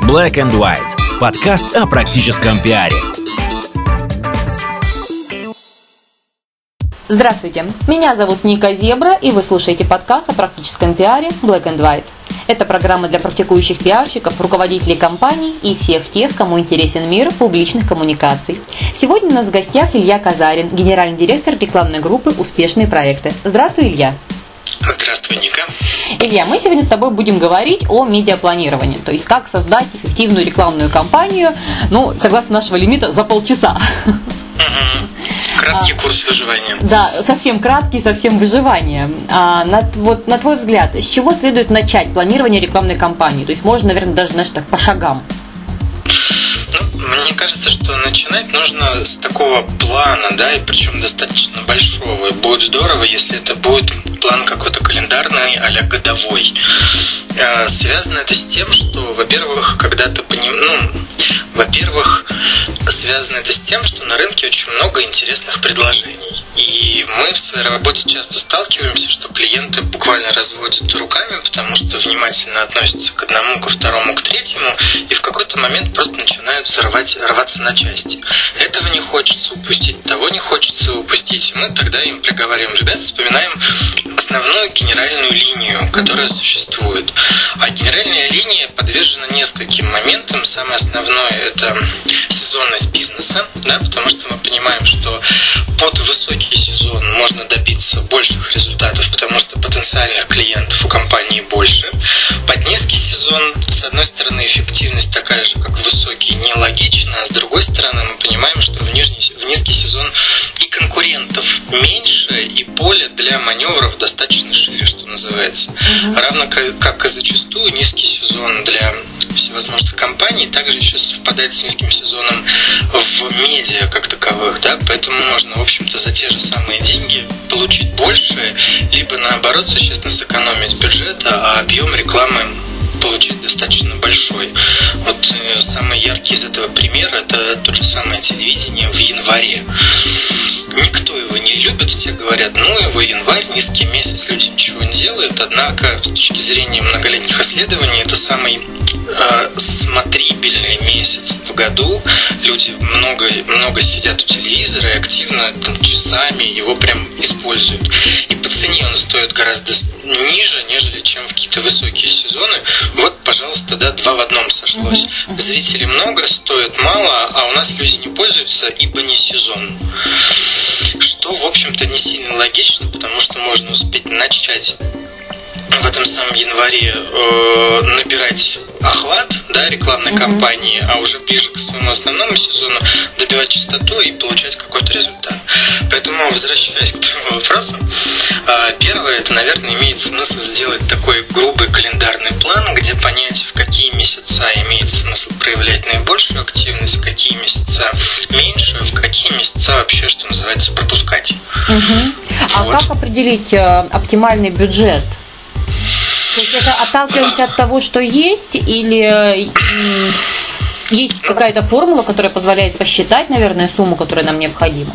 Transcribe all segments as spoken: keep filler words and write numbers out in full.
Black and White. Подкаст о практическом пиаре. Здравствуйте, меня зовут Ника Зебра, и вы слушаете подкаст о практическом пиаре Black and White. Это программа для практикующих пиарщиков, руководителей компаний и всех тех, кому интересен мир публичных коммуникаций. Сегодня у нас в гостях Илья Казарин, генеральный директор рекламной группы «Успешные проекты». Здравствуй, Илья. Здравствуй, Ника. Илья, мы сегодня с тобой будем говорить о медиапланировании, то есть как создать эффективную рекламную кампанию, ну, согласно нашего лимита, за полчаса. Краткий курс выживания. Да, совсем краткий, совсем выживание. А, на, вот, на твой взгляд, с чего следует начать планирование рекламной кампании? То есть можно, наверное, даже, знаешь, так по шагам. Ну, мне кажется, что начинать нужно с такого плана, да, и причем достаточно большого. И будет здорово, если это будет план какой-то календарный, а-ля годовой. А, связано это с тем, что, во-первых, когда ты понимаешь, ну, во-первых, связано это с тем, что на рынке очень много интересных предложений. И мы в своей работе часто сталкиваемся, что клиенты буквально разводят руками, потому что внимательно относятся к одному, ко второму, к третьему, и в какой-то момент просто начинают рвать, рваться на части. Этого не хочется упустить, того не хочется упустить. И мы тогда им приговариваем: ребят, вспоминаем основную генеральную линию, которая существует. А генеральная линия подвержена нескольким моментам. Самое основное – это сезонность бизнеса, да, потому что мы понимаем, что под высокий сезон можно добиться больших результатов, потому что потенциальных клиентов у компании больше. Под низкий сезон, с одной стороны, эффективность такая же, как высокий, нелогична, а с другой стороны, мы понимаем, что в, нижний, в низкий сезон и конкурентов меньше, и поле для маневров достаточно шире, что называется. Mm-hmm. Равно как, как и зачастую низкий сезон для всевозможных компаний также еще совпадает с низким сезоном в медиа как таковых, да, поэтому можно, в общем-то, за те же самые деньги получить больше, либо наоборот существенно сэкономить бюджет, а объем рекламы получить достаточно большой. Вот э, самый яркий из этого пример – это то же самое телевидение в январе. Никто его не любит, все говорят: ну его январь, низкий месяц, люди ничего не делают. Однако, с точки зрения многолетних исследований, это самый э, смотрибельный месяц в году. Люди много, много сидят у телевизора и активно, там, часами его прям используют. И по цене он стоит гораздо ниже, нежели чем в какие-то высокие сезоны. Вот, пожалуйста, да, два в одном сошлось. Uh-huh. Зрителей много, стоит мало, а у нас люди не пользуются, ибо не сезон. Что, в общем-то, не сильно логично, потому что можно успеть начать в этом самом январе э, набирать охват, да, рекламной mm-hmm. кампании, а уже ближе к своему основному сезону добивать частоту и получать какой-то результат. Поэтому, возвращаясь к твоему вопросу, э, первое, это, наверное, имеет смысл сделать такой грубый календарный план, где понять, в какие месяца имеет смысл проявлять наибольшую активность, в какие месяца меньше, в какие месяца вообще, что называется, пропускать. Mm-hmm. Вот. А как определить э, оптимальный бюджет? То есть это отталкиваемся от того, что есть, или есть какая-то формула, которая позволяет посчитать, наверное, сумму, которая нам необходима?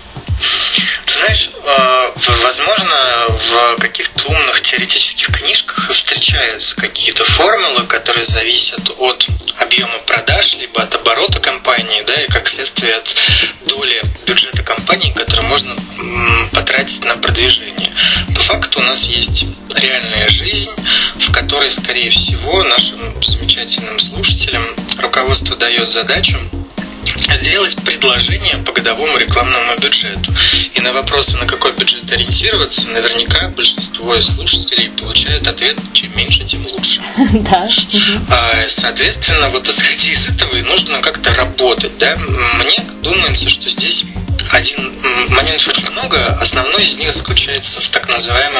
Ты знаешь, возможно, в каких-то умных теоретических книжках встречаются какие-то формулы, которые зависят от объема продаж, либо от оборота компании, да, и как следствие от доли бюджета компании, которую можно потратить на продвижение. По факту у нас есть реальная жизнь, в которой, скорее всего, нашим замечательным слушателям руководство дает задачу сделать предложение по годовому рекламному бюджету. И на вопросы, на какой бюджет ориентироваться, наверняка большинство слушателей получают ответ: чем меньше, тем лучше. Да. Соответственно, вот исходя из этого и нужно как-то работать. Да? Мне думается, что здесь один момент очень много. Основной из них заключается в так называемом,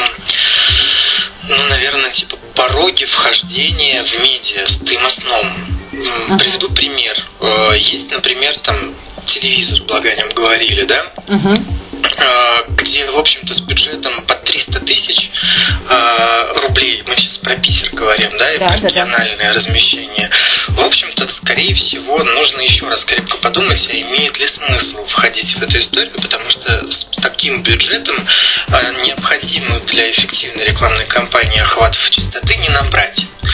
ну, наверное, типа пороге вхождения в медиа, стоимостном. Uh-huh. Приведу пример. Есть, например, там телевизор, благо о нем говорили, да? Uh-huh. Где, в общем-то, с бюджетом под триста тысяч рублей, мы сейчас про Питер говорим, да, и да, про региональное да. размещение. В общем-то, скорее всего, нужно еще раз крепко подумать, а имеет ли смысл входить в эту историю, потому что с таким бюджетом необходимую для эффективной рекламной кампании охватов частоты не набрать.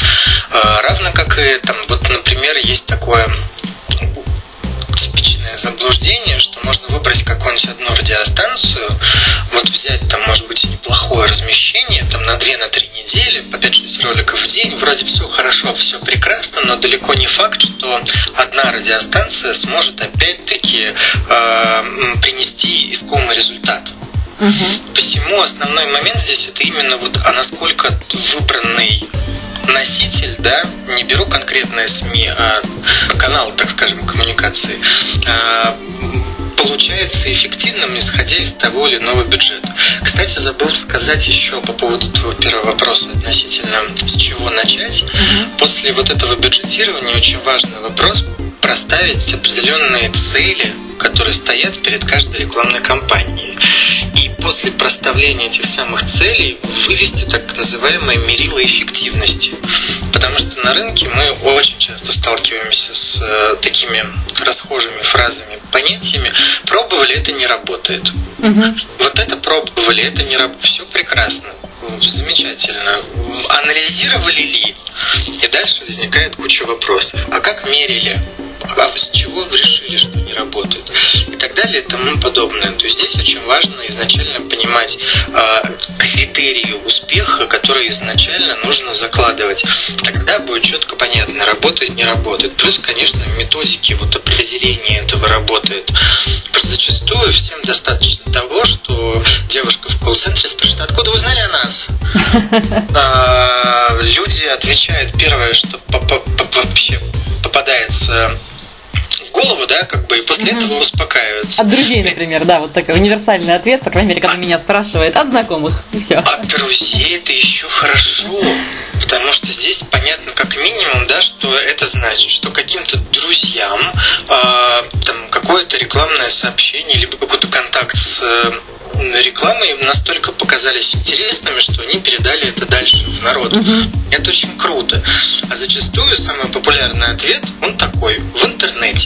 Равно как и там, вот, например, есть такое типичное заблуждение, что можно выбрать какую-нибудь одну радиостанцию, вот взять там, может быть, и неплохое размещение, там на две-три недели, по пять-шесть роликов в день, вроде все хорошо, все прекрасно, но далеко не факт, что одна радиостанция сможет опять-таки э, принести искомый результат. Угу. Посему основной момент здесь это именно вот, а насколько выбранный носитель, да, не беру конкретные СМИ, а канал, так скажем, коммуникации, а, получается эффективным, исходя из того или иного бюджета. Кстати, забыл сказать еще по поводу твоего первого вопроса относительно с чего начать. Mm-hmm. После вот этого бюджетирования очень важный вопрос проставить определенные цели, которые стоят перед каждой рекламной кампанией. И после проставления этих самых целей вывести так называемые мерила эффективности. Потому что на рынке мы очень часто сталкиваемся с э, такими расхожими фразами, понятиями. Пробовали, это не работает. Угу. Вот это пробовали, это не работает. Все прекрасно. Замечательно. Анализировали ли? И дальше возникает куча вопросов. А как мерили? А с чего вы решили, что не работает? И так далее и тому подобное. То есть здесь очень важно изначально понимать э, критерии успеха, которые изначально нужно закладывать. Тогда будет четко понятно, работает, не работает. Плюс, конечно, методики вот определения этого работает. Просто зачастую всем достаточно того, что девушка в колл-центре спрашивает, откуда вы узнали о нас? Люди отвечают первое, что вообще попадается в голову, да, как бы, и после mm-hmm. этого успокаиваются. От друзей, например, да, вот такой универсальный ответ, по крайней мере, когда от... меня спрашивают, от знакомых, и все. От друзей это еще хорошо, потому что здесь понятно как минимум, да, что это значит, что каким-то друзьям э, там какое-то рекламное сообщение, либо какой-то контакт с э, рекламой настолько показались интересными, что они передали это дальше в народ. Uh-huh. Это очень круто. А зачастую самый популярный ответ, он такой, в интернете.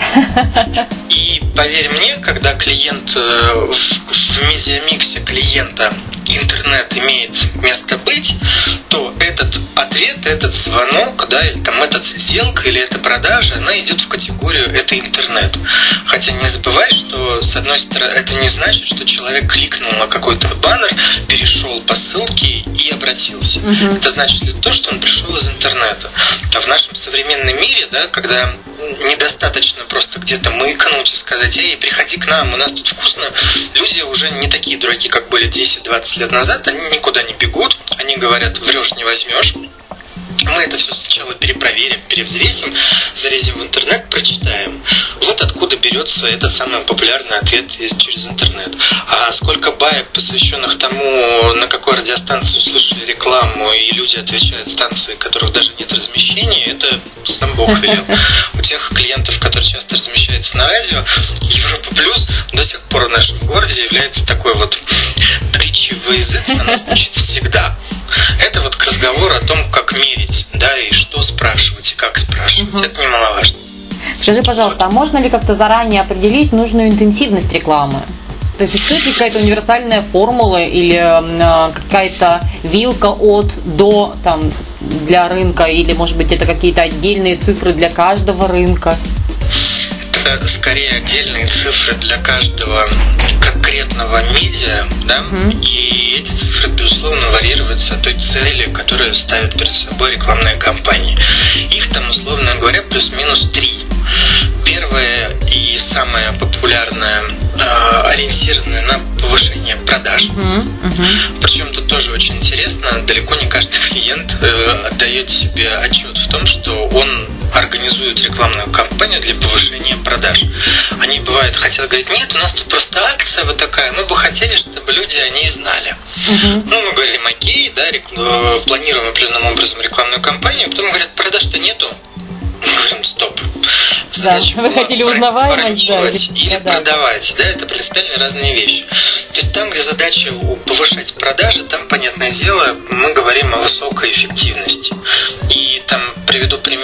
И поверь мне, когда клиент в, в медиамиксе клиента интернет имеет место быть, то этот ответ, этот звонок, да, или там эта сделка, или эта продажа, она идет в категорию «это интернет». Хотя не забывай, что с одной стороны это не значит, что человек кликнул на какой-то баннер, перешел по ссылке и обратился. Угу. Это значит ли то, что он пришел из интернета. А в нашем современном мире, да, когда недостаточно просто где-то маякнуть и сказать, эй, приходи к нам, у нас тут вкусно, люди уже не такие дураки, как были десять-двадцать лет назад, они никуда не бегут, они говорят, врешь не возьмешь. Мы это все сначала перепроверим, перевзвесим, залезем в интернет, прочитаем. Вот откуда берется этот самый популярный ответ через интернет. А сколько баек, посвященных тому, на какой радиостанции услышали рекламу, и люди отвечают станции, у которых даже нет размещения, это сам Бог велел. У тех клиентов, которые часто размещаются на радио, Европа Плюс до сих пор в нашем городе является такой вот притчей во языце, она звучит всегда. Это вот к разговору о том, как мерить, да, и что спрашивать, и как спрашивать. Угу. Это немаловажно. Скажи, пожалуйста, а можно ли как-то заранее определить нужную интенсивность рекламы? То есть существует ли какая-то универсальная формула или э, какая-то вилка от до там, для рынка, или, может быть, это какие-то отдельные цифры для каждого рынка? Это скорее отдельные цифры для каждого конкретного медиа, да, mm-hmm. и эти цифры, безусловно, варьируются от той цели, которую ставят перед собой рекламные кампании. Их там, условно говоря, плюс-минус три. Первое и самое популярное, э, ориентированное на повышение продаж. Uh-huh, uh-huh. Причем тут тоже очень интересно, далеко не каждый клиент э, отдает себе отчет в том, что он организует рекламную кампанию для повышения продаж. Они, бывает, хотят говорить, нет, у нас тут просто акция вот такая, мы бы хотели, чтобы люди о ней знали. Uh-huh. Ну, мы говорим, окей, да, рек... планируем определенным образом рекламную кампанию, потом говорят, продаж-то нету. Мы говорим, стоп. Задача да, вы хотели узнаваемость, да, или продавать. продавать. Да, это принципиально разные вещи. То есть там, где задача повышать продажи, там, понятное дело, мы говорим о высокой эффективности. И там приведу пример там,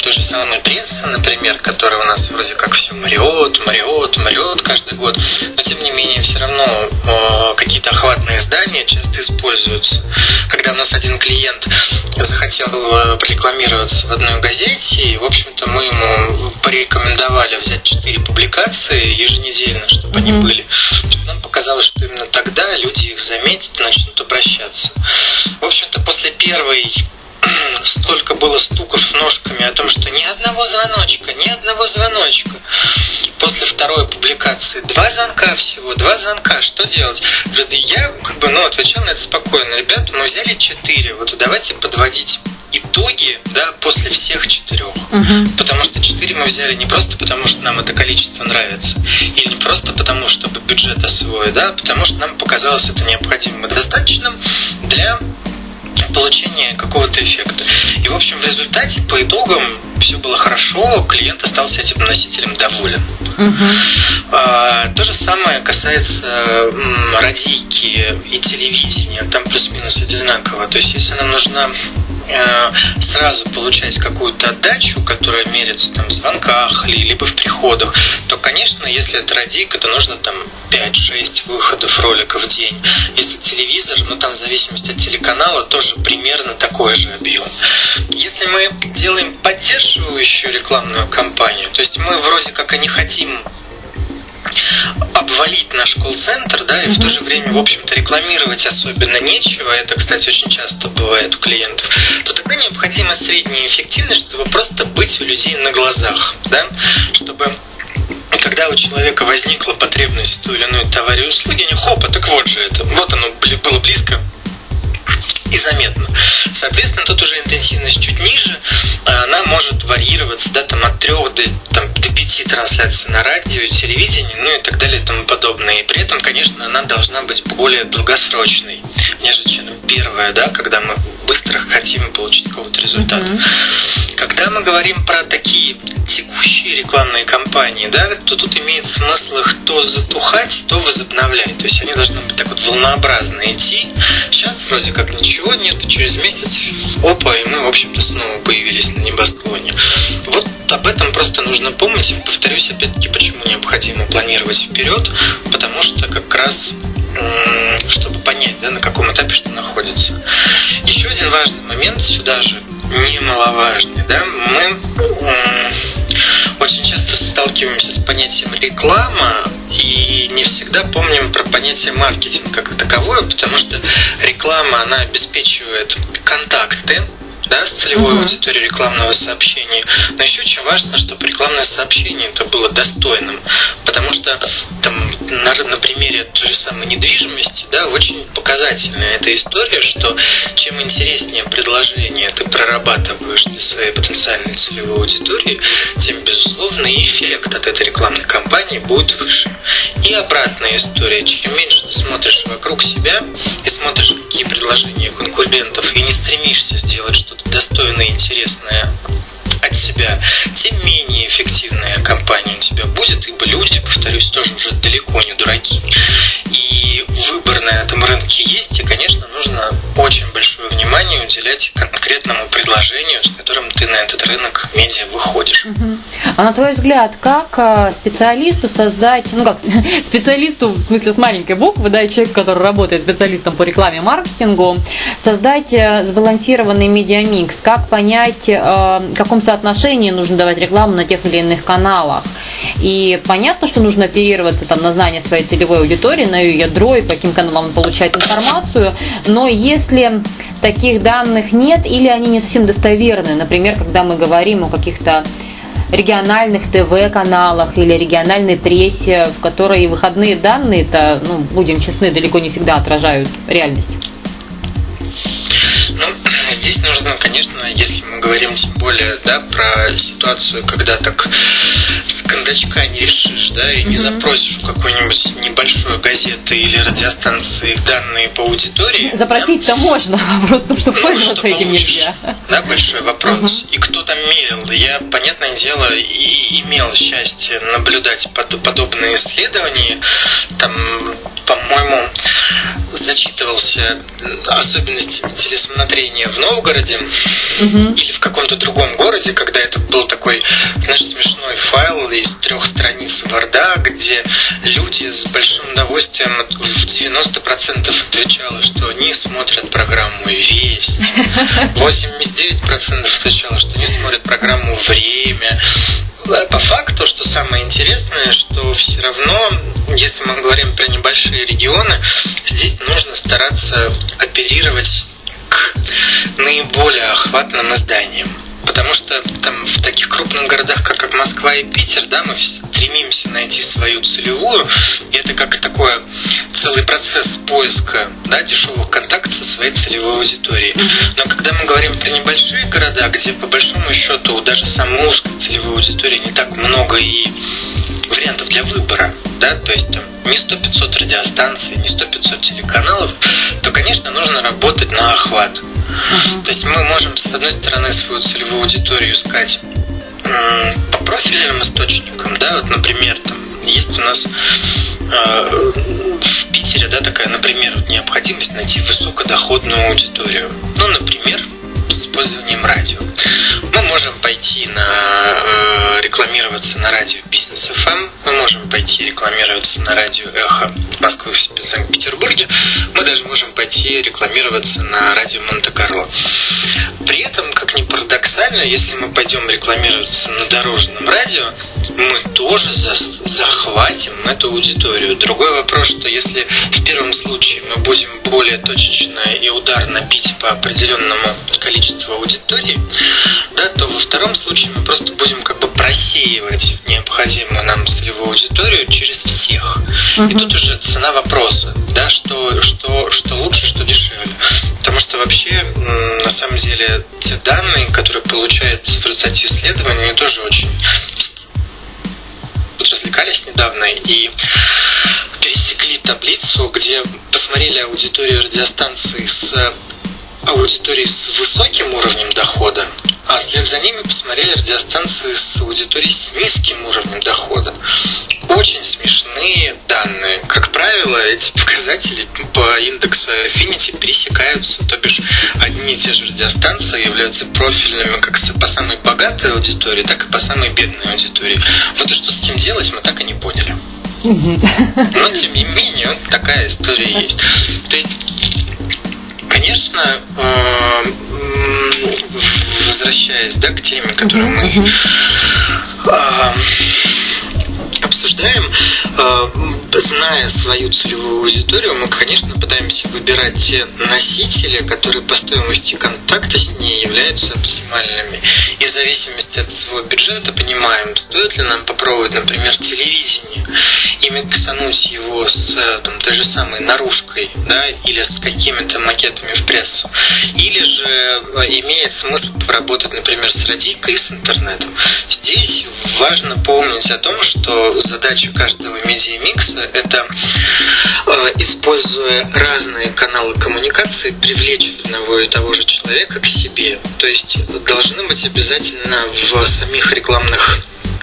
той же самой прессы, например, которая у нас вроде как все мрет, мрет, мрет каждый год, но тем не менее все равно э, какие-то охватные издания часто используются. Когда у нас один клиент захотел прорекламироваться в одной газете, и, в общем-то, мы ему порекомендовали взять четыре публикации еженедельно, чтобы mm-hmm. они были. Нам показалось, что именно тогда люди их заметят и начнут обращаться. В общем-то, после первой столько было стуков ножками о том, что ни одного звоночка, ни одного звоночка. После второй публикации два звонка всего, два звонка, что делать? Я как бы, ну, отвечал на это спокойно. Ребята, мы взяли четыре, вот давайте подводить итоги, да, после всех четырех. Uh-huh. Потому что четыре мы взяли не просто потому, что нам это количество нравится, или не просто потому, чтобы бюджет освоить, да, потому что нам показалось это необходимым и достаточным для получения какого-то эффекта. И, в общем, в результате, по итогам, все было хорошо, клиент остался этим носителем доволен. Uh-huh. А, то же самое касается м, радийки и телевидения, там плюс-минус одинаково. То есть, если нам нужна э, сразу получать какую-то отдачу, которая мерится там в звонках либо в приходах, то, конечно, если это радийка, то нужно там пять-шесть выходов роликов в день. Если телевизор, ну там в зависимости от телеканала тоже примерно такой же объем. Если мы делаем поддерживающую рекламную кампанию, то есть мы вроде как и не хотим обвалить наш колл-центр, да, и в то же время, в общем-то, рекламировать особенно нечего, это, кстати, очень часто бывает у клиентов, то тогда необходима средняя эффективность, чтобы просто быть у людей на глазах, да, чтобы когда у человека возникла потребность в той или иной товаре и услуге, они хопа, так вот же это, вот оно было близко и заметно. Соответственно, тут уже интенсивность чуть ниже, она может варьироваться, да, там, от трех до, там, до пяти трансляций на радио, телевидении, ну и так далее и тому подобное. И при этом, конечно, она должна быть более долгосрочной, нежели чем первая, да, когда мы быстро хотим получить какого-то результата. Mm-hmm. Когда мы говорим про такие текущие рекламные кампании, да, то тут имеет смысл их то затухать, то возобновлять. То есть они должны быть так вот волнообразно идти. Сейчас вроде как ничего нет, и через месяц опа, и мы, в общем-то, снова появились на небосклоне. Вот об этом просто нужно помнить. И повторюсь, опять-таки, почему необходимо планировать вперед, потому что как раз чтобы понять, да, на каком этапе что находится. Еще один важный момент сюда же, немаловажный, да, мы очень часто сталкиваемся с понятием реклама и не всегда помним про понятие маркетинг как таковое, потому что реклама, она обеспечивает контакты, да, с целевой uh-huh. аудиторией рекламного сообщения. Но еще очень важно, чтобы рекламное сообщение это было достойным. Потому что там, на, на примере той же самой недвижимости, да, очень показательная эта история, что чем интереснее предложение ты прорабатываешь для своей потенциальной целевой аудитории, тем, безусловно, и эффект от этой рекламной кампании будет выше. И обратная история. Чем меньше ты смотришь вокруг себя и смотришь, какие предложения конкурентов, и не стремишься сделать что-то достойное и интересное от себя, тем менее эффективная кампания у тебя будет, ибо люди, повторюсь, тоже уже далеко не дураки. И выбор на этом рынке есть, и, конечно, нужно очень большое внимание уделять конкретному предложению, с которым ты на этот рынок медиа выходишь. Uh-huh. А на твой взгляд, как специалисту создать, ну как, специалисту, в смысле с маленькой буквы, да, человек, который работает специалистом по рекламе и маркетингу, создать сбалансированный медиамикс, как понять, в каком соотношении нужно давать рекламу на тех или иных каналах. И понятно, что нужно оперироваться там на знание своей целевой аудитории, на ее ядро и по каким каналам получать информацию, но если таких данных нет или они не совсем достоверны, например, когда мы говорим о каких-то региональных ТВ-каналах или региональной прессе, в которой выходные данные-то, ну, будем честны, далеко не всегда отражают реальность. Ну, здесь нужно, конечно, если мы говорим тем более, да, про ситуацию, когда так с кондачка не решишь, да, и не mm-hmm. запросишь у какой-нибудь небольшой газеты или радиостанции данные по аудитории. Запросить-то да? можно, вопрос в том, что ну, пользоваться что этим нельзя. Да, большой вопрос. Mm-hmm. И кто там мерил? Я, понятное дело, и имел счастье наблюдать под, подобные исследования. Там по-моему, зачитывался особенностями телесмотрения в Новгороде mm-hmm. или в каком-то другом городе, когда это был такой, знаешь, смешной файл из трех страниц Word, где люди с большим удовольствием в девяносто процентов отвечало, что они смотрят программу «Весть», восемьдесят девять процентов отвечало, что они смотрят программу «Время». По факту, что самое интересное, что все равно, если мы говорим про небольшие регионы, здесь нужно стараться оперировать к наиболее охватным изданиям. Потому что там в таких крупных городах, как Москва и Питер, да, мы стремимся найти свою целевую, и это как такой целый процесс поиска, да, дешевых контактов со своей целевой аудиторией. Но когда мы говорим про небольшие города, где по большому счету даже самой узкой целевой аудитории не так много и вариантов для выбора, да, то есть там не сто-пятьсот радиостанций, не сто-пятьсот телеканалов, то, конечно, нужно работать на охват. Uh-huh. То есть мы можем, с одной стороны, свою целевую аудиторию искать м- по профильным источникам, да, вот, например, там есть у нас э- в Питере, да, такая, например, вот необходимость найти высокодоходную аудиторию. Ну, например, с использованием радио. Мы можем пойти на э, рекламироваться на радио Бизнес эф эм, мы можем пойти рекламироваться на радио Эхо Москвы в Санкт-Петербурге, мы даже можем пойти рекламироваться на радио Монте-Карло. При этом, как ни парадоксально, если мы пойдем рекламироваться на дорожном радио, мы тоже за, захватим эту аудиторию. Другой вопрос, что если в первом случае мы будем более точечно и ударно бить по определенному количеству аудитории, да, то во втором случае мы просто будем как бы просеивать необходимую нам целевую аудиторию через всех. Uh-huh. И тут уже цена вопроса, да, что, что, что лучше, что дешевле. Потому что вообще, на самом деле, те данные, которые получаются в результате исследования, они тоже очень... Вот развлекались недавно и пересекли таблицу, где посмотрели аудиторию радиостанций с аудиторией с высоким уровнем дохода, а вслед за ними посмотрели радиостанции с аудиторией с низким уровнем дохода. Очень смешные данные. Как правило, эти показатели по индексу Affinity пересекаются, то бишь одни и те же радиостанции являются профильными как по самой богатой аудитории, так и по самой бедной аудитории. Вот и что с этим делать, мы так и не поняли. Но, тем не менее, вот такая история есть. То есть, конечно, возвращаясь, да, к теме, которую мы обсуждаем, зная свою целевую аудиторию, мы, конечно, пытаемся выбирать те носители, которые по стоимости контакта с ней являются оптимальными. И в зависимости от своего бюджета понимаем, стоит ли нам попробовать, например, телевидение и миксануть его с там, той же самой наружкой, да, или с какими-то макетами в прессу. Или же имеет смысл поработать, например, с радийкой и с интернетом. Здесь важно помнить о том, что задача каждого медиамикса – это, э, используя разные каналы коммуникации, привлечь одного и того же человека к себе. То есть должны быть обязательно в самих рекламных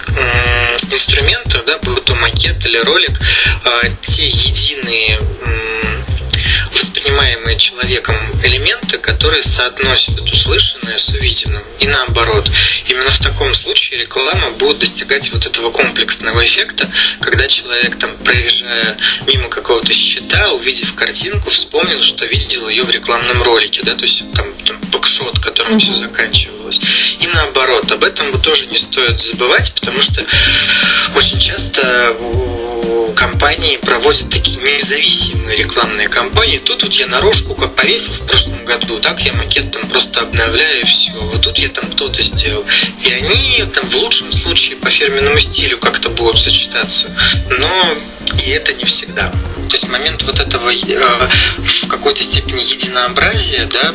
э, инструментах, да, будь то макет или ролик, э, те единые э, воспринимаемые человеком элементы, которые соотносят услышанное с увиденным. И наоборот. Именно в таком случае реклама будет достигать вот этого комплексного эффекта, когда человек, там, проезжая мимо какого-то щита, увидев картинку, вспомнил, что видел ее в рекламном ролике, да, то есть там, там бэкшот, которым mm-hmm. все заканчивалось. И наоборот. Об этом бы тоже не стоит забывать, потому что очень часто компании проводят такие независимые рекламные кампании. Тут вот я наружку как повесил в прошлом году, так я макет там просто обновляю и все. Вот тут я там то-то сделал. И они там в лучшем случае по фирменному стилю как-то будут сочетаться. Но и это не всегда. То есть момент вот этого э, в какой-то степени единообразия, да,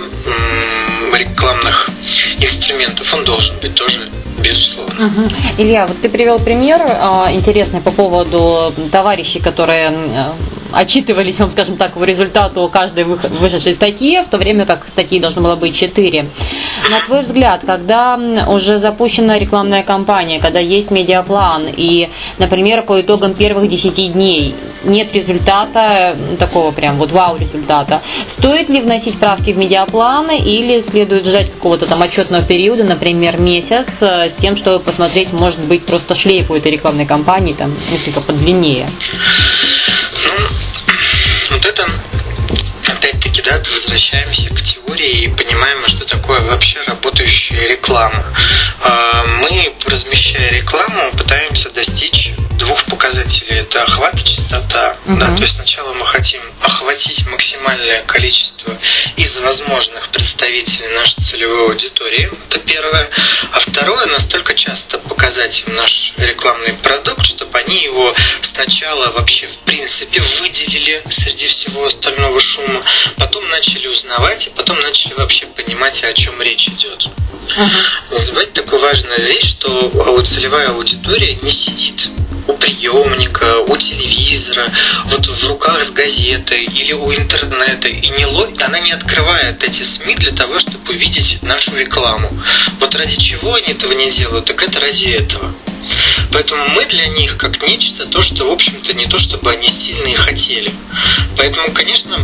э, рекламных инструментов, он должен быть тоже безусловно. Угу. Илья, вот ты привел пример э, интересный по поводу товарищей, которые э, отчитывались, вам, скажем так, по результату каждой вышедшей статьи, в то время как статьи должно было быть четыре. На твой взгляд, когда уже запущена рекламная кампания, когда есть медиаплан и, например, по итогам первых десяти дней нет результата, такого прям вот вау результата. Стоит ли вносить правки в медиапланы или следует ждать какого-то там отчетного периода, например, месяц, с тем, чтобы посмотреть, может быть, просто шлейф у этой рекламной кампании там несколько подлиннее? Ну, вот это, опять-таки, да, возвращаемся к теории и понимаем, что такое вообще работающая реклама. Мы, размещая рекламу, пытаемся достичь двух показателей. Это охват и частота. Uh-huh. Да? То есть сначала мы хотим охватить максимальное количество из возможных представителей нашей целевой аудитории. Это первое. А второе, настолько часто показать им наш рекламный продукт, чтобы они его сначала вообще в принципе выделили среди всего остального шума, потом начали узнавать, и потом начали вообще понимать, о чем речь идет. Uh-huh. Не забывайте такую важную вещь, что целевая аудитория не сидит у приемника, у телевизора, вот в руках с газетой или у интернета, и не ло... она не открывает эти СМИ для того, чтобы увидеть нашу рекламу. Вот ради чего они этого не делают, так это ради этого. Поэтому мы для них как нечто, то, что, в общем-то, не то, чтобы они сильно и хотели. Поэтому, конечно,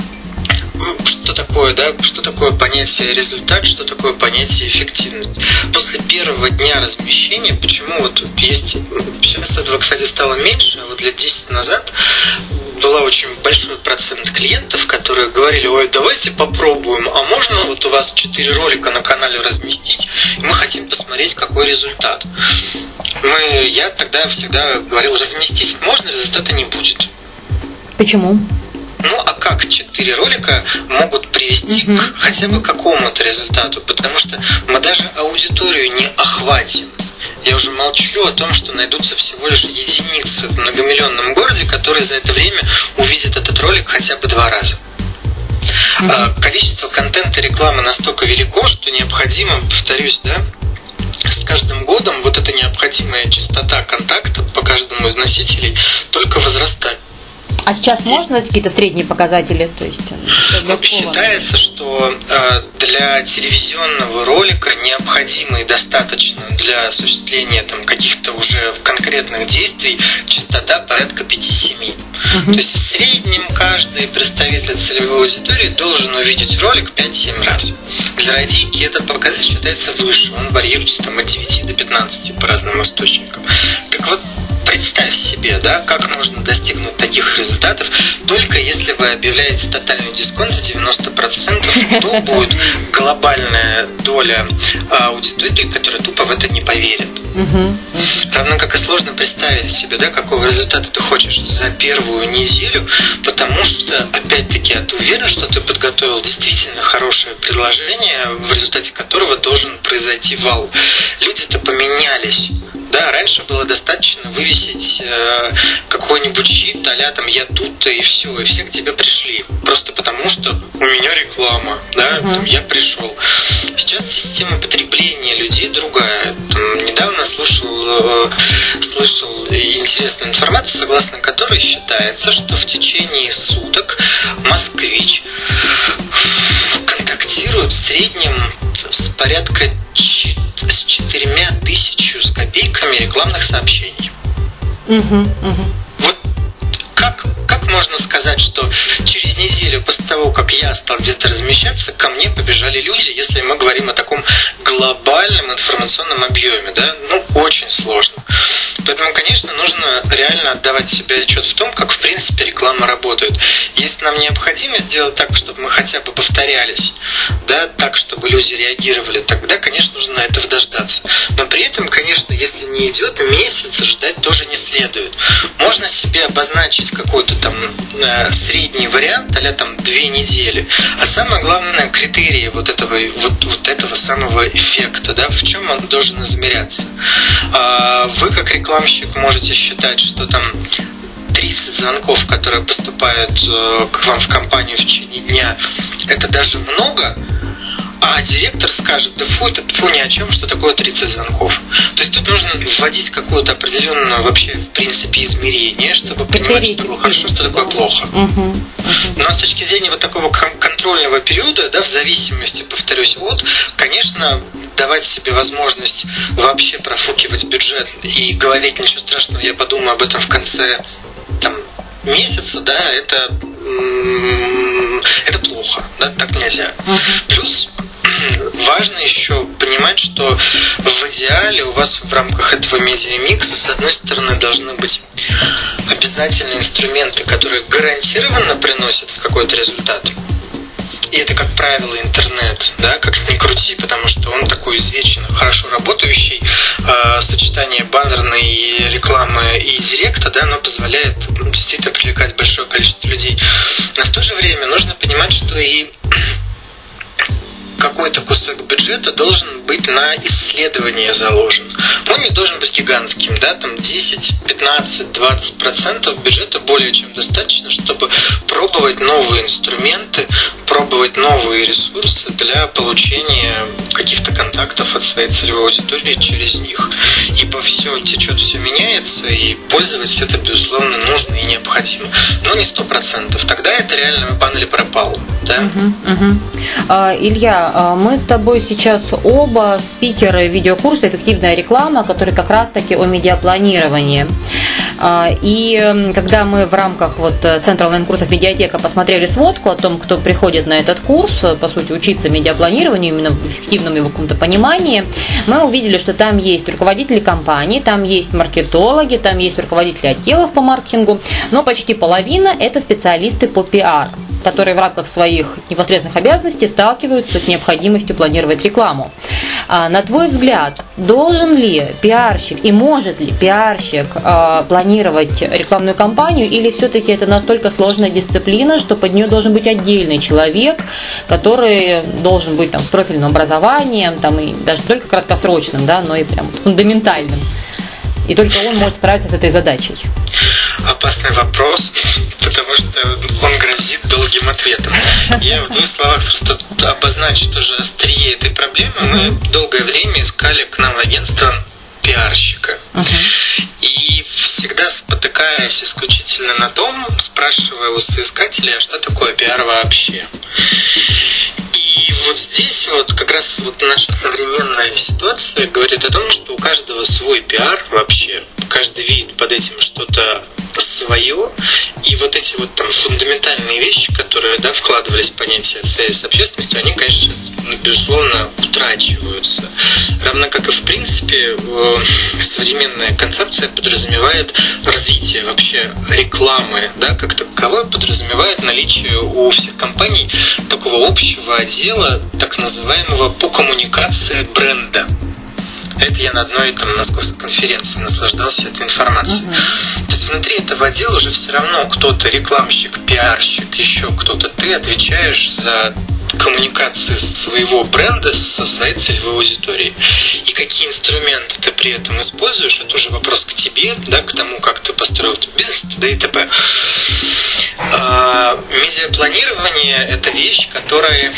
что такое, да, что такое понятие результат, что такое понятие эффективность. После первого дня размещения, почему вот есть, сейчас этого, кстати, стало меньше, а вот лет десять назад была очень большой процент клиентов, которые говорили: ой, давайте попробуем, а можно вот у вас четыре ролика на канале разместить, и мы хотим посмотреть, какой результат. Мы, я тогда всегда говорил: разместить можно, результата не будет. Почему? Ну, а как четыре ролика могут привести uh-huh. к хотя бы какому-то результату? Потому что мы даже аудиторию не охватим. Я уже молчу о том, что найдутся всего лишь единицы в многомиллионном городе, которые за это время увидят этот ролик хотя бы два раза. Uh-huh. Количество контента и рекламы настолько велико, что необходимо, повторюсь, да, с каждым годом вот эта необходимая частота контакта по каждому из носителей только возрастает. А сейчас можно какие-то средние показатели? То есть, ну, считается, что э, для телевизионного ролика необходимо и достаточно для осуществления там, каких-то уже конкретных действий частота порядка пять-семь. Угу. То есть в среднем каждый представитель целевой аудитории должен увидеть ролик пять-семь раз. Для радийки этот показатель считается выше, он варьируется там, от девяти до пятнадцати по разным источникам. Так вот, представь себе, да, как можно достигнуть таких результатов, только если вы объявляете тотальный дисконт в девяносто процентов, то будет глобальная доля аудитории, которая тупо в это не поверит. Равно как и сложно представить себе, да, какого результата ты хочешь за первую неделю, потому что, опять-таки, ты уверен, что ты подготовил действительно хорошее предложение, в результате которого должен произойти вал. Люди-то поменялись. Да, раньше было достаточно вывесить э, какой-нибудь щит, а-ля там «я тут-то» и все, и все к тебе пришли. Просто потому, что у меня реклама, да, uh-huh. там, я пришел. Сейчас система потребления людей другая. Там, недавно слушал, э, слышал интересную информацию, согласно которой считается, что в течение суток москвич контактирует в среднем с порядка с четырьмя тысячами с копейками рекламных сообщений. Uh-huh, uh-huh. Вот как, как можно сказать, что через неделю после того, как я стал где-то размещаться, ко мне побежали люди, если мы говорим о таком глобальном информационном объеме, да? Ну, очень сложно. Поэтому, конечно, нужно реально отдавать себе отчет в том, как, в принципе, реклама работает. Если нам необходимо сделать так, чтобы мы хотя бы повторялись, да, так, чтобы люди реагировали, тогда, конечно, нужно на этого дождаться. Но при этом, конечно, если не идет, месяца ждать тоже не следует. Можно себе обозначить какой-то там э, средний вариант, а-ля там две недели. А самое главное, критерии вот этого, вот, вот этого самого эффекта, да, в чем он должен измеряться. А вы, как рекламщик, можете считать, что там тридцать звонков, которые поступают к вам в компанию в течение дня, это даже много, а директор скажет: да фу, это фу, ни о чем, что такое тридцать звонков. То есть тут нужно вводить какую-то определенную вообще, в принципе, измерение, чтобы понимать, что такое хорошо, что такое плохо. Uh-huh. Uh-huh. Но с точки зрения вот такого контрольного периода, да, в зависимости, повторюсь, от, конечно, давать себе возможность вообще профукивать бюджет и говорить: ничего страшного, я подумаю об этом в конце там месяца, да, это, это плохо, да, так нельзя. Плюс важно еще понимать, что в идеале у вас в рамках этого медиамикса, с одной стороны, должны быть обязательные инструменты, которые гарантированно приносят какой-то результат. И это, как правило, интернет, да, как ни крути, потому что он такой извечен, хорошо работающий. Э, сочетание баннерной рекламы и директа, да, оно позволяет действительно привлекать большое количество людей. Но в то же время нужно понимать, что и какой-то кусок бюджета должен быть на исследование заложен. Он не должен быть гигантским, да, там десять, пятнадцать, двадцать процентов бюджета более чем достаточно, чтобы пробовать новые инструменты, пробовать новые ресурсы для получения каких-то контактов от своей целевой аудитории через них. Ибо все течет, все меняется, и пользоваться это, безусловно, нужно и необходимо. Но не сто процентов. Тогда это реально выпал или пропал. Да? Угу, угу. А, Илья, мы с тобой сейчас оба спикеры видеокурса «Эффективная реклама», который как раз-таки о медиапланировании. И когда мы в рамках вот Центра онлайн-курсов «Медиатека» посмотрели сводку о том, кто приходит на этот курс, по сути, учиться медиапланированию, именно в эффективном его каком-то понимании, мы увидели, что там есть руководители компаний, там есть маркетологи, там есть руководители отделов по маркетингу, но почти половина – это специалисты по пиар, которые в рамках своих непосредственных обязанностей сталкиваются с необходимостью планировать рекламу. На твой взгляд, должен ли пиарщик и может ли пиарщик планировать рекламную кампанию, или все-таки это настолько сложная дисциплина, что под нее должен быть отдельный человек, который должен быть там с профильным образованием, там, и даже не только краткосрочным, да, но и прям фундаментальным. И только он может справиться с этой задачей. Опасный вопрос, потому что он грозит долгим ответом. Я в двух словах просто обозначу тоже острие этой проблемы. Мы долгое время искали к нам в агентство пиарщика. Uh-huh. И всегда спотыкаясь исключительно на том, спрашивая у соискателя, а что такое пиар вообще. И вот здесь вот как раз вот наша современная ситуация говорит о том, что у каждого свой пиар вообще. Каждый видит под этим что-то свое, и вот эти вот там фундаментальные вещи, которые, да, вкладывались в понятие связи с общественностью, они, конечно, безусловно, утрачиваются. Равно как и, в принципе, современная концепция подразумевает развитие вообще рекламы, да, как таковое, подразумевает наличие у всех компаний такого общего отдела, так называемого по коммуникации бренда. Это я на одной там московской конференции наслаждался этой информацией. Uh-huh. То есть внутри этого отдела уже все равно кто-то рекламщик, пиарщик, еще кто-то. Ты отвечаешь за коммуникации своего бренда со своей целевой аудиторией. И какие инструменты ты при этом используешь, это уже вопрос к тебе, да, к тому, как ты построил бизнес, да и т.п. А, медиапланирование – это вещь, которая...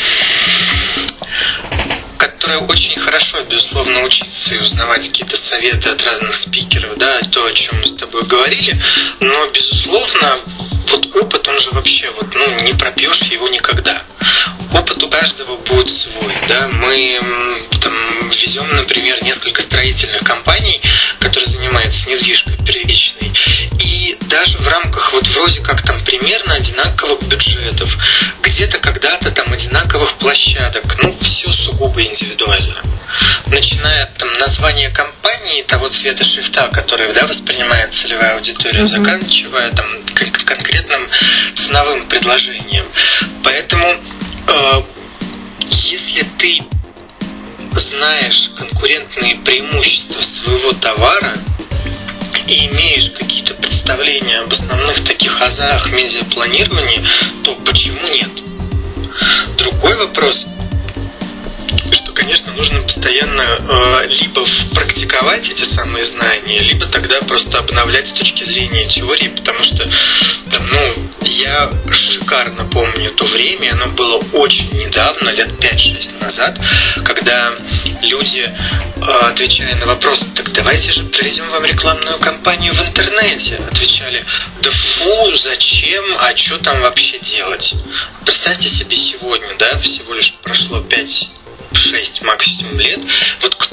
которой очень хорошо, безусловно, учиться и узнавать какие-то советы от разных спикеров, да, то, о чем мы с тобой говорили, но, безусловно, вот опыт, он же вообще, вот, ну, не пропьешь его никогда. Опыт у каждого будет свой, да, мы там везем, например, несколько строительных компаний, которые занимаются недвижкой первичной, и даже в рамках вот вроде как там примерно одинаковых бюджетов, где-то когда-то там одинаковых площадок, ну, все сугубо индивидуально. Начиная от там названия компании, того цвета шрифта, который, да, воспринимает целевая аудитория, mm-hmm. заканчивая там к- конкретным ценовым предложением. Поэтому э, если ты знаешь конкурентные преимущества своего товара и имеешь какие-то представления об основных таких азах медиапланирования, то почему нет? Другой вопрос, что, конечно, нужно постоянно э, либо практиковать эти самые знания, либо тогда просто обновлять с точки зрения теории, потому что там, ну, я шикарно помню то время, оно было очень недавно, лет пять-шесть назад, когда люди, э, отвечая на вопрос, так давайте же проведем вам рекламную кампанию в интернете, отвечали, да фу, зачем, а что там вообще делать? Представьте себе сегодня, да, всего лишь прошло пять шесть максимум лет, вот кто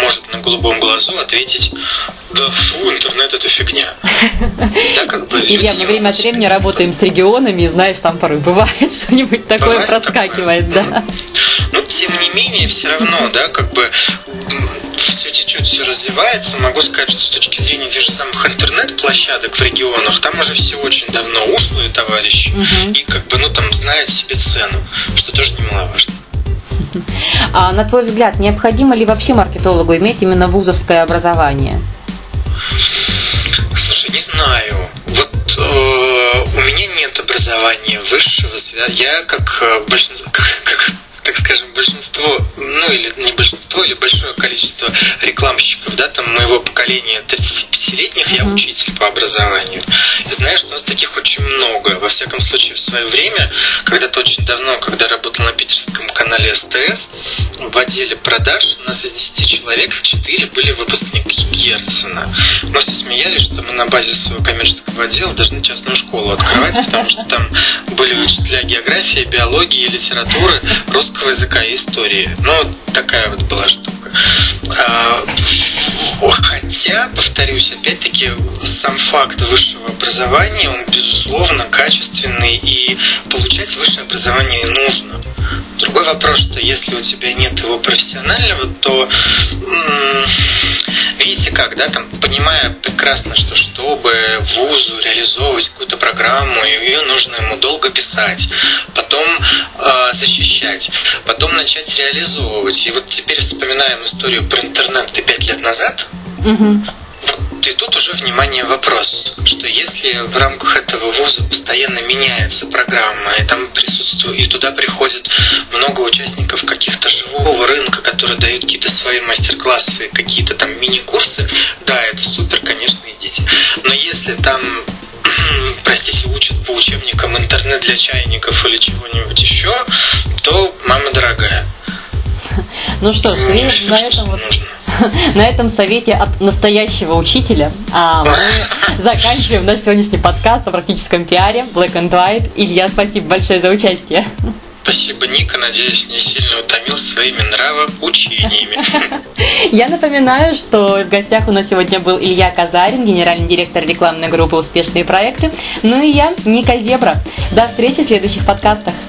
может на голубом глазу ответить: да фу, интернет — это фигня. Да, как бы Илья, мы время от времени работаем с регионами, и знаешь, там порой бывает что-нибудь такое проскакивает, да. Но тем не менее, все равно, да, как бы все течет, все развивается. Могу сказать, что с точки зрения тех же самых интернет-площадок в регионах, там уже все очень давно ушлые товарищи, угу. и как бы, ну, там знают себе цену, что тоже немаловажно. А на твой взгляд, необходимо ли вообще маркетологу иметь именно вузовское образование? Слушай, не знаю. Вот э, у меня нет образования высшего. Я как большинство, как, как, так скажем, большинство, ну или не большинство, или большое количество рекламщиков, да, там моего поколения тридцатипятилетних, mm-hmm. я учитель по образованию. И знаю, что у нас таких очень много. Во всяком случае, в свое время, когда-то очень давно, когда работал на питерском канале СТС, в отделе продаж у нас из десяти человек четыре были выпускники Герцена. Мы все смеялись, что мы на базе своего коммерческого отдела должны частную школу открывать, потому что там были учителя географии, биологии, литературы, русского языка и истории. Ну, такая вот была штука. Хотя, повторюсь, опять-таки, сам факт высшего образования, он, безусловно, качественный, и получать высшее образование нужно. Другой вопрос, что если у тебя нет его профессионального, то м- видите как, да, там, понимая прекрасно, что чтобы вузу реализовывать какую-то программу, ее нужно ему долго писать, потом э, защищать, потом начать реализовывать. И вот теперь вспоминаем историю про интернет пять лет назад. Mm-hmm. Вот, и тут уже, внимание, вопрос, что если в рамках этого вуза постоянно меняется программа, и там присутствует, и туда приходит много участников каких-то живого рынка, которые дают какие-то свои мастер-классы, какие-то там мини-курсы, да, это супер, конечно, идите. Но если там, простите, учат по учебникам интернет для чайников или чего-нибудь еще, то мама дорогая. Ну что ж, на этом, вот, на этом совете от настоящего учителя а мы заканчиваем наш сегодняшний подкаст о практическом пиаре Black and White. Илья, спасибо большое за участие. Спасибо, Ника. Надеюсь, не сильно утомил своими нравоучениями. Я напоминаю, что в гостях у нас сегодня был Илья Казарин, генеральный директор рекламной группы «Успешные проекты». Ну и я, Ника Зебра. До встречи в следующих подкастах.